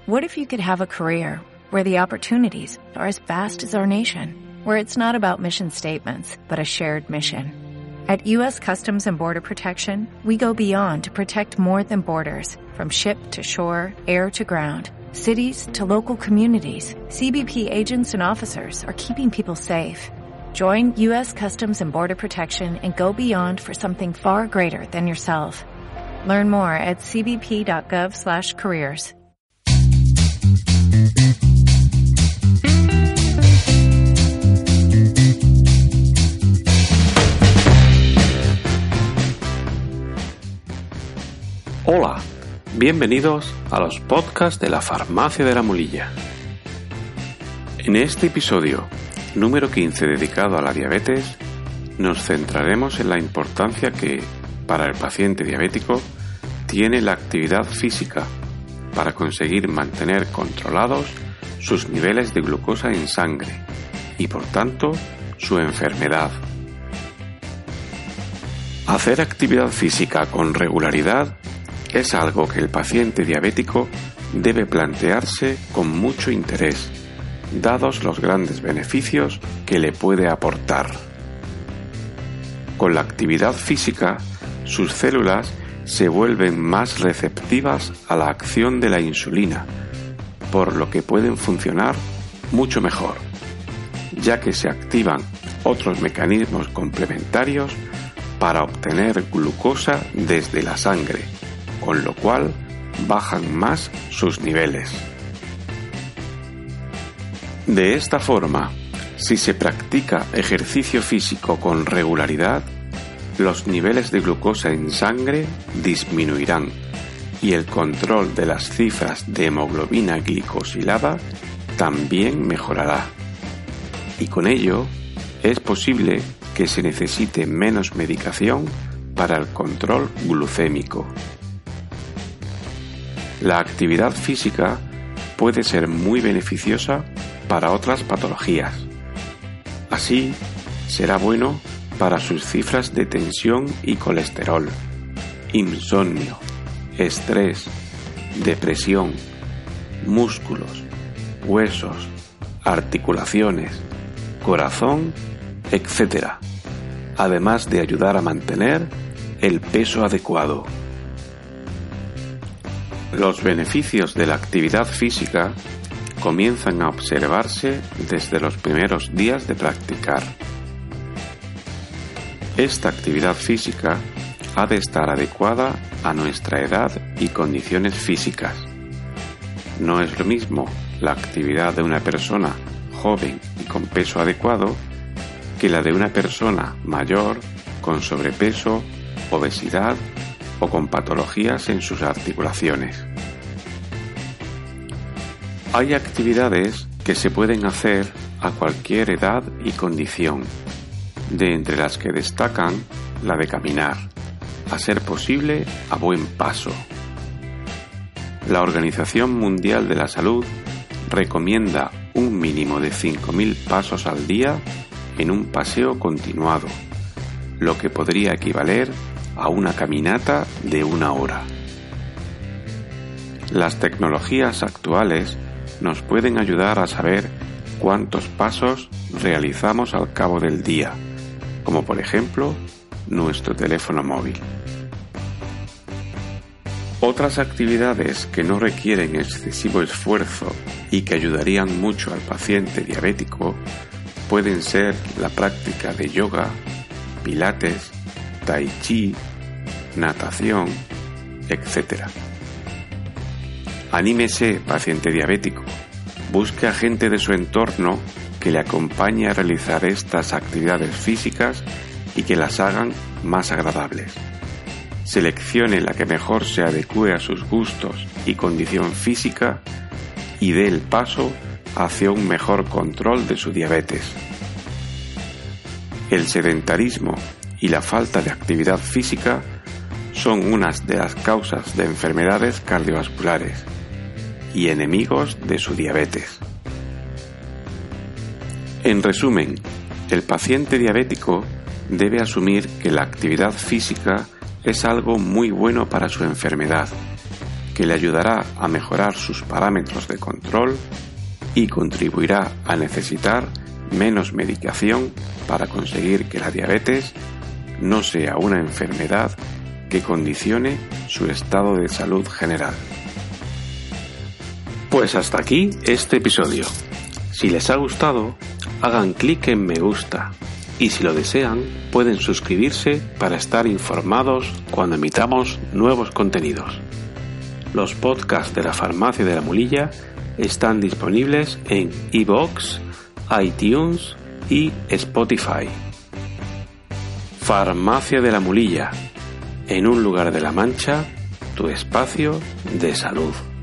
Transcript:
What if you could have a career where the opportunities are as vast as our nation, where it's not about mission statements, but a shared mission? At U.S. Customs and Border Protection, we go beyond to protect more than borders, from ship to shore, air to ground, cities to local communities. CBP agents and officers are keeping people safe. Join U.S. Customs and Border Protection and go beyond for something far greater than yourself. Learn more at cbp.gov/careers. Hola, bienvenidos a los podcasts de la Farmacia de la Mulilla. En este episodio, número 15 dedicado a la diabetes, nos centraremos en la importancia que, para el paciente diabético, tiene la actividad física para conseguir mantener controlados sus niveles de glucosa en sangre y, por tanto, su enfermedad. Hacer actividad física con regularidad es algo que el paciente diabético debe plantearse con mucho interés, dados los grandes beneficios que le puede aportar. Con la actividad física, sus células se vuelven más receptivas a la acción de la insulina, por lo que pueden funcionar mucho mejor, ya que se activan otros mecanismos complementarios para obtener glucosa desde la sangre, con lo cual bajan más sus niveles. De esta forma, si se practica ejercicio físico con regularidad, los niveles de glucosa en sangre disminuirán y el control de las cifras de hemoglobina glicosilada también mejorará. Y con ello, es posible que se necesite menos medicación para el control glucémico. La actividad física puede ser muy beneficiosa para otras patologías. Así, será bueno para sus cifras de tensión y colesterol, insomnio, estrés, depresión, músculos, huesos, articulaciones, corazón, etc., además de ayudar a mantener el peso adecuado. Los beneficios de la actividad física comienzan a observarse desde los primeros días de practicar. Esta actividad física ha de estar adecuada a nuestra edad y condiciones físicas. No es lo mismo la actividad de una persona joven y con peso adecuado que la de una persona mayor con sobrepeso, obesidad o con patologías en sus articulaciones. Hay actividades que se pueden hacer a cualquier edad y condición, de entre las que destacan la de caminar, a ser posible a buen paso. La Organización Mundial de la Salud recomienda un mínimo de 5.000 pasos al día en un paseo continuado, lo que podría equivaler a una caminata de 1 hora. Las tecnologías actuales nos pueden ayudar a saber cuántos pasos realizamos al cabo del día, como por ejemplo nuestro teléfono móvil. Otras actividades que no requieren excesivo esfuerzo y que ayudarían mucho al paciente diabético pueden ser la práctica de yoga, pilates, tai chi, natación, etc. Anímese, paciente diabético. Busque a gente de su entorno que le acompañe a realizar estas actividades físicas y que las hagan más agradables. Seleccione la que mejor se adecue a sus gustos y condición física y dé el paso hacia un mejor control de su diabetes. El sedentarismo y la falta de actividad física son unas de las causas de enfermedades cardiovasculares y enemigos de su diabetes. En resumen, el paciente diabético debe asumir que la actividad física es algo muy bueno para su enfermedad que le ayudará a mejorar sus parámetros de control y contribuirá a necesitar menos medicación para conseguir que la diabetes no sea una enfermedad que condicione su estado de salud general. Pues hasta aquí este episodio. Si les ha gustado, hagan clic en me gusta y si lo desean, pueden suscribirse para estar informados cuando emitamos nuevos contenidos. Los podcasts de la Farmacia de la Mulilla están disponibles en iVoox, iTunes y Spotify. Farmacia de la Mulilla, en un lugar de la Mancha, tu espacio de salud.